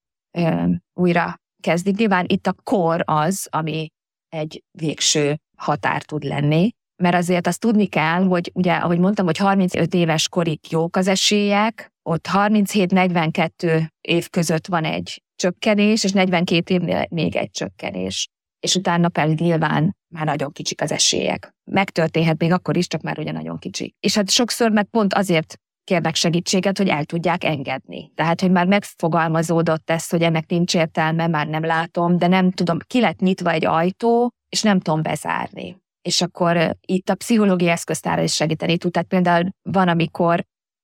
ö, újra kezdik. Nyilván itt a kor az, ami egy végső határ tud lenni, mert azért azt tudni kell, hogy ugye, ahogy mondtam, hogy harmincöt éves korig jók az esélyek, ott harminchét-negyvenkettő év között van egy csökkenés, és negyvenkét évnél még egy csökkenés. És utána pedig nyilván már nagyon kicsik az esélyek. Megtörténhet még akkor is, csak már ugye nagyon kicsik. És hát sokszor meg pont azért kérnek segítséget, hogy el tudják engedni. Tehát, hogy már megfogalmazódott ez, hogy ennek nincs értelme, már nem látom, de nem tudom, ki lett nyitva egy ajtó, és nem tudom bezárni. És akkor itt a pszichológiai eszköztára is segíteni tud. Tehát például van, amikor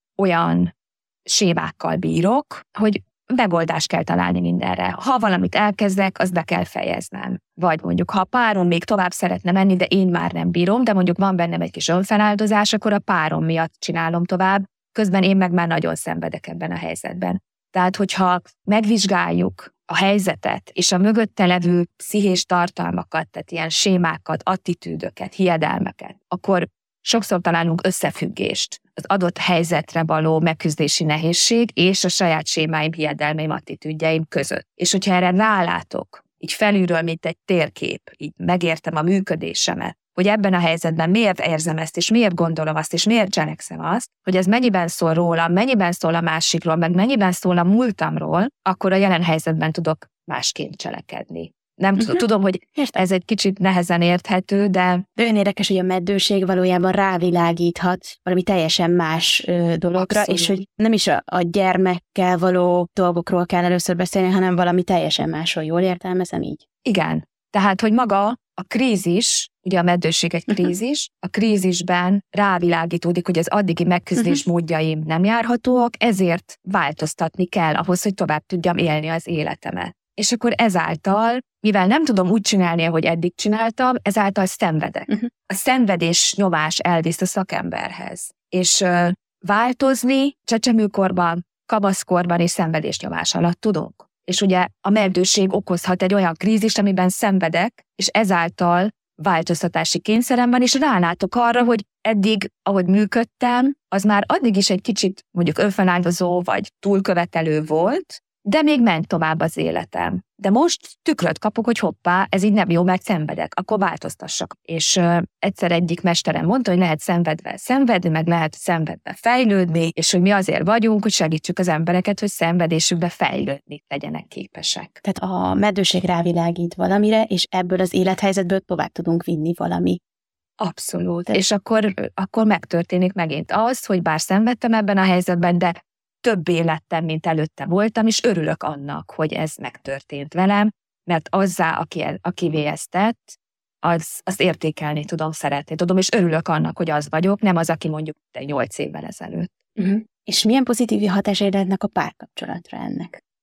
olyan sémákkal bírok, hogy megoldást kell találni mindenre. Ha valamit elkezdek, azt be kell fejeznem. Vagy mondjuk, ha a párom még tovább szeretne menni, de én már nem bírom, de mondjuk van bennem egy kis önfeláldozás, akkor a párom miatt csinálom tovább, közben én meg már nagyon szenvedek ebben a helyzetben. Tehát, hogyha megvizsgáljuk a helyzetet, és a mögötte levő pszichés tartalmakat, tehát ilyen sémákat, attitűdöket, hiedelmeket, akkor sokszor találunk összefüggést az adott helyzetre való megküzdési nehézség és a saját sémáim, hiedelmeim, attitűdjeim között. És hogyha erre rálátok, így felülről, mint egy térkép, így megértem a működésemet, hogy ebben a helyzetben miért érzem ezt, és miért gondolom azt, és miért cselekszem azt, hogy ez mennyiben szól rólam, mennyiben szól a másikról, meg mennyiben szól a múltamról, akkor a jelen helyzetben tudok másként cselekedni. Nem uh-huh. tudom, hogy ez egy kicsit nehezen érthető, de...
De olyan érdekes, hogy a meddőség valójában rávilágíthat valami teljesen más ö, dologra, abszolút. És hogy nem is a, a gyermekkel való dolgokról kell először beszélni, hanem valami teljesen másról. Jól értelmezem így?
Igen. Tehát, hogy maga a krízis, ugye a meddőség egy krízis, a krízisben rávilágítódik, hogy az addigi megküzdés uh-huh. módjaim nem járhatóak, ezért változtatni kell ahhoz, hogy tovább tudjam élni az életemet. És akkor ezáltal, mivel nem tudom úgy csinálni, ahogy eddig csináltam, ezáltal szenvedek. Uh-huh. A szenvedés nyomás elvisz a szakemberhez. És uh, változni csecsemőkorban, kamaszkorban és szenvedésnyomás alatt tudunk. És ugye a meddőség okozhat egy olyan krízist, amiben szenvedek, és ezáltal változtatási kényszerem van, és rálátok arra, hogy eddig, ahogy működtem, az már addig is egy kicsit mondjuk önfeláldozó vagy túlkövetelő volt, de még ment tovább az életem. De most tükröt kapok, hogy hoppá, ez így nem jó, mert szenvedek, akkor változtassak. És uh, egyszer egyik mesterem mondta, hogy lehet szenvedve szenvedni, meg lehet szenvedve fejlődni, és hogy mi azért vagyunk, hogy segítsük az embereket, hogy szenvedésükbe fejlődni legyenek képesek.
Tehát a meddőség rávilágít valamire, és ebből az élethelyzetből tovább tudunk vinni valami.
Abszolút. És akkor, akkor megtörténik megint az, hogy bár szenvedtem ebben a helyzetben, de több élettem, mint előtte voltam, és örülök annak, hogy ez megtörtént velem, mert azzá, aki, akivé ezt tett, az, azt értékelni tudom, szeretni tudom, és örülök annak, hogy az vagyok, nem az, aki mondjuk nyolc évvel ezelőtt.
Uh-huh. És milyen pozitív hatásai lehetnek a párkapcsolatra ennek?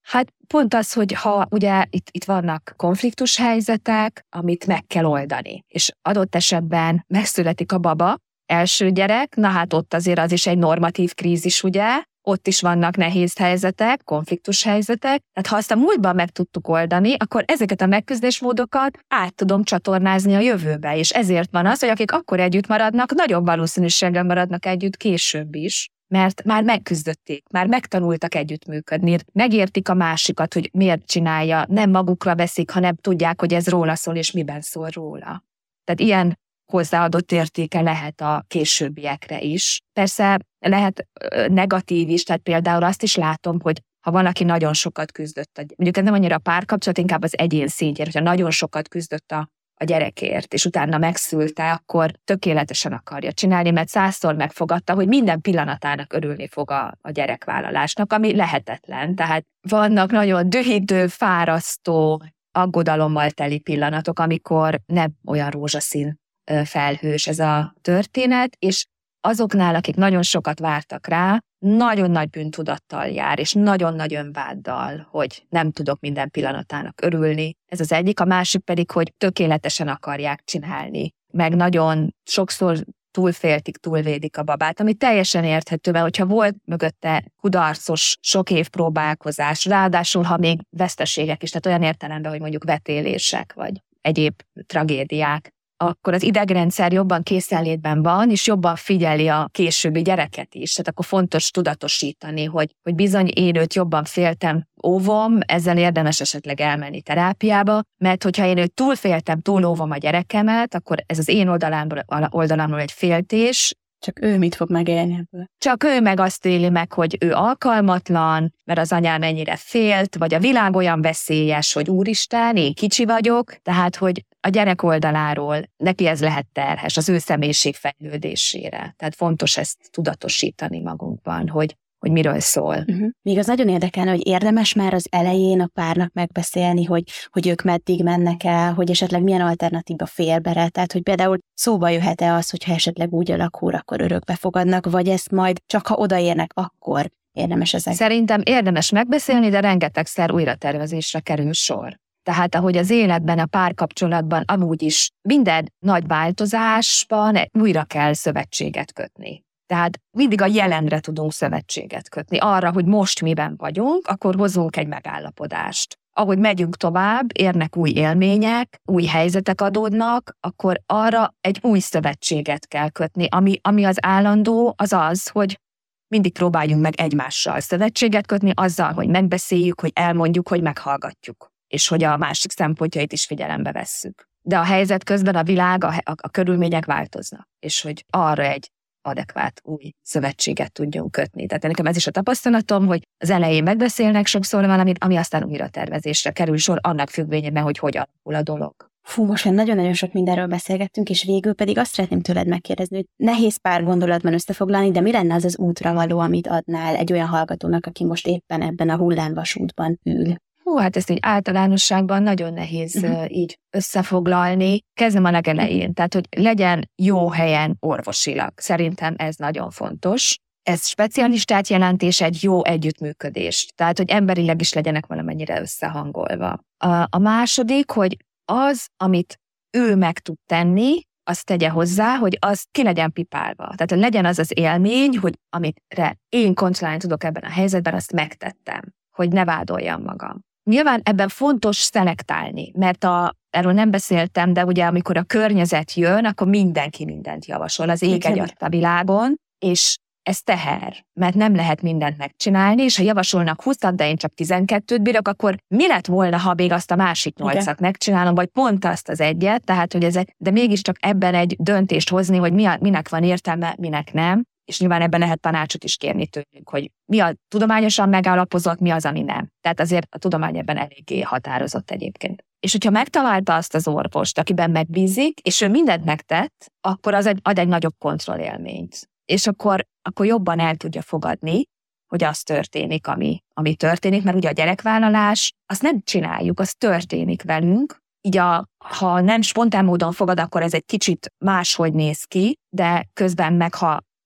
Hát pont az, hogy ha ugye itt, itt vannak konfliktus helyzetek, amit meg kell oldani, és adott esetben megszületik a baba, első gyerek, na hát ott azért az is egy normatív krízis, ugye? Ott is vannak nehéz helyzetek, konfliktus helyzetek, tehát ha azt a múltban meg tudtuk oldani, akkor ezeket a megküzdésmódokat át tudom csatornázni a jövőbe, és ezért van az, hogy akik akkor együtt maradnak, nagyobb valószínűséggel maradnak együtt később is, mert már megküzdötték, már megtanultak együttműködni, megértik a másikat, hogy miért csinálja, nem magukra veszik, hanem tudják, hogy ez róla szól, és miben szól róla. Tehát ilyen hozzáadott értéke lehet a későbbiekre is. Persze lehet negatív is, tehát például azt is látom, hogy ha valaki nagyon sokat küzdött, mondjuk ez nem annyira a párkapcsolat, inkább az egyén szintjén, hogyha nagyon sokat küzdött a, a gyerekért, és utána megszülte, akkor tökéletesen akarja csinálni, mert százszor megfogadta, hogy minden pillanatának örülni fog a, a gyerekvállalásnak, ami lehetetlen. Tehát vannak nagyon dühítő, fárasztó, aggodalommal teli pillanatok, amikor nem olyan rózsaszín felhős ez a történet, és azoknál, akik nagyon sokat vártak rá, nagyon nagy bűntudattal jár, és nagyon nagy önváddal, hogy nem tudok minden pillanatának örülni. Ez az egyik, a másik pedig, hogy tökéletesen akarják csinálni, meg nagyon sokszor túlféltik, túlvédik a babát, ami teljesen érthető, mert hogyha volt mögötte kudarcos, sok év próbálkozás, ráadásul, ha még veszteségek is, tehát olyan értelemben, hogy mondjuk vetélések, vagy egyéb tragédiák, akkor az idegrendszer jobban készenlétben van, és jobban figyeli a későbbi gyereket is. Tehát akkor fontos tudatosítani, hogy, hogy bizony én őt jobban féltem, óvom, ezzel érdemes esetleg elmenni terápiába, mert hogyha én őt túlféltem, túlóvom a gyerekemet, akkor ez az én oldalámról, oldalámról egy féltés.
Csak ő mit fog megélni ebből?
Csak ő meg azt éli meg, hogy ő alkalmatlan, mert az anyám ennyire félt, vagy a világ olyan veszélyes, hogy úristen, én kicsi vagyok, tehát, hogy a gyerek oldaláról neki ez lehet terhes az ő személyiség fejlődésére. Tehát fontos ezt tudatosítani magunkban, hogy, hogy miről szól.
Uh-huh. Még az nagyon érdekelne, hogy érdemes már az elején a párnak megbeszélni, hogy, hogy ők meddig mennek el, hogy esetleg milyen alternatíva félbere, tehát hogy például szóba jöhet-e az, hogyha esetleg úgy alakul, akkor örökbe fogadnak, vagy ezt majd csak ha odaérnek, akkor érdemes ezek.
Szerintem érdemes megbeszélni, de rengetegszer újratervezésre kerül sor. Tehát ahogy az életben, a párkapcsolatban amúgy is minden nagy változásban újra kell szövetséget kötni. Tehát mindig a jelenre tudunk szövetséget kötni. Arra, hogy most miben vagyunk, akkor hozunk egy megállapodást. Ahogy megyünk tovább, érnek új élmények, új helyzetek adódnak, akkor arra egy új szövetséget kell kötni. Ami, ami az állandó, az az, hogy mindig próbáljunk meg egymással szövetséget kötni, azzal, hogy megbeszéljük, hogy elmondjuk, hogy meghallgatjuk, és hogy a másik szempontjait is figyelembe vesszük. De a helyzet közben a világ, a, a, a körülmények változnak, és hogy arra egy adekvát új szövetséget tudjunk kötni. Tehát nekem ez is a tapasztalatom, hogy az elején megbeszélnek sokszor valamit, ami aztán újra tervezésre kerül sor, annak függvényében, hogy hogy alakul a dolog.
Fú, most már nagyon-nagyon sok mindenről beszélgettünk, és végül pedig azt szeretném tőled megkérdezni, hogy nehéz pár gondolatban összefoglalni, de mi lenne az az útravaló, amit adnál egy olyan hallgatónak, aki most éppen ebben a hullámvasútban ül?
Hú, hát ezt így általánosságban nagyon nehéz uh-huh. így összefoglalni. Kezdem a legelején, tehát hogy legyen jó helyen orvosilag. Szerintem ez nagyon fontos. Ez specialistát jelent, és egy jó együttműködést. Tehát, hogy emberileg is legyenek valamennyire összehangolva. A, a második, hogy az, amit ő meg tud tenni, azt tegye hozzá, hogy az ki legyen pipálva. Tehát, hogy legyen az az élmény, hogy amitre én kontrollálni tudok ebben a helyzetben, azt megtettem, hogy ne vádoljam magam. Nyilván ebben fontos szelektálni, mert a, erről nem beszéltem, de ugye amikor a környezet jön, akkor mindenki mindent javasol az ég egyatt a világon, és ez teher, mert nem lehet mindent megcsinálni, és ha javasolnak húszat, de én csak tizenkettőt bírok, akkor mi lett volna, ha még azt a másik nyolcat megcsinálom, vagy pont azt az egyet, tehát hogy ezek, de mégiscsak ebben egy döntést hozni, hogy mi a, minek van értelme, minek nem, és nyilván ebben lehet tanácsot is kérni tőlünk, hogy mi a tudományosan megállapozott, mi az, ami nem. Tehát azért a tudomány ebben eléggé határozott egyébként. És hogyha megtalálta azt az orvost, akiben megbízik, és ő mindent megtett, akkor az egy, ad egy nagyobb kontrollélményt. És akkor, akkor jobban el tudja fogadni, hogy az történik, ami, ami történik, mert ugye a gyerekvállalás, azt nem csináljuk, az történik velünk. Így a, ha nem spontán módon fogad, akkor ez egy kicsit máshogy néz ki, de közben meg, ha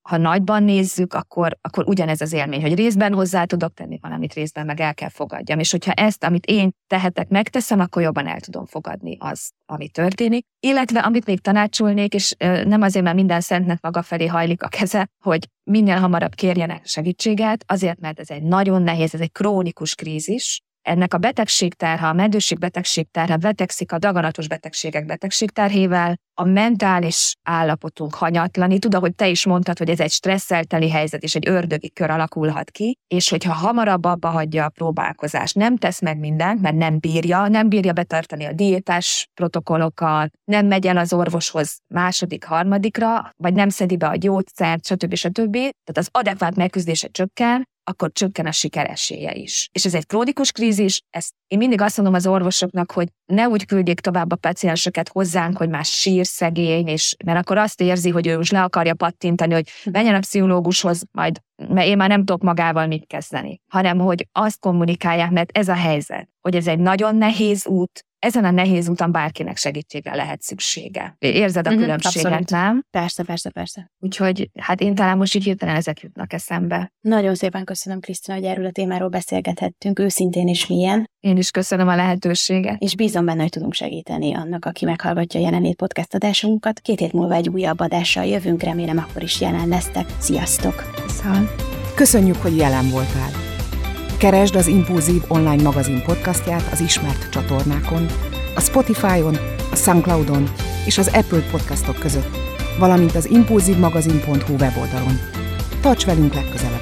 ha nagyban nézzük, akkor, akkor ugyanez az élmény, hogy részben hozzá tudok tenni valamit, részben meg el kell fogadjam. És hogyha ezt, amit én tehetek, megteszem, akkor jobban el tudom fogadni az, ami történik. Illetve amit még tanácsolnék, és nem azért, mert minden szentnek maga felé hajlik a keze, hogy minél hamarabb kérjenek segítséget, azért, mert ez egy nagyon nehéz, ez egy krónikus krízis. Ennek a betegségterhe, a meddőség betegségterhe betegszik a daganatos betegségek betegségterhével, a mentális állapotunk hanyatlanít. Tud, ahogy te is mondtad, hogy ez egy stresszelteli helyzet, és egy ördögi kör alakulhat ki, és hogyha hamarabb abba hagyja a próbálkozást, nem tesz meg mindent, mert nem bírja, nem bírja betartani a diétás protokollokat, nem megy el az orvoshoz második, harmadikra, vagy nem szedi be a gyógyszert, stb. stb. Tehát az adekvát megküzdése csökken, akkor csökken a sikeressége is. És ez egy krónikus krízis, ezt én mindig azt mondom az orvosoknak, hogy ne úgy küldjék tovább a pacienseket hozzánk, hogy már sír szegény, és mert akkor azt érzi, hogy ő most le akarja pattintani, hogy menjen a pszichológushoz, majd, mert én már nem tudok magával mit kezdeni. Hanem, hogy azt kommunikálják, mert ez a helyzet, hogy ez egy nagyon nehéz út, ezen a nehéz úton bárkinek segítségre lehet szüksége. Érzed a uh-huh, különbséget, abszolút. Nem?
Persze, persze, persze.
Úgyhogy hát én talán most így hirtelen ezek jutnak eszembe.
Nagyon szépen köszönöm, Krisztina, hogy erről a témáról beszélgethettünk, őszintén és milyen.
Én is köszönöm a lehetőséget.
És bízom benne, hogy tudunk segíteni annak, aki meghallgatja a Jelenlét podcast adásunkat. Két hét múlva egy újabb adással jövünk, remélem akkor is jelen lesztek. Sziasztok!
Szóval.
Köszönjük, hogy jelen voltál! Keresd az Impulzív online magazin podcastját az ismert csatornákon, a Spotify-on, a SoundCloud-on és az Apple podcastok között, valamint az impulzívmagazin pont hu weboldalon. Tarts velünk legközelebb!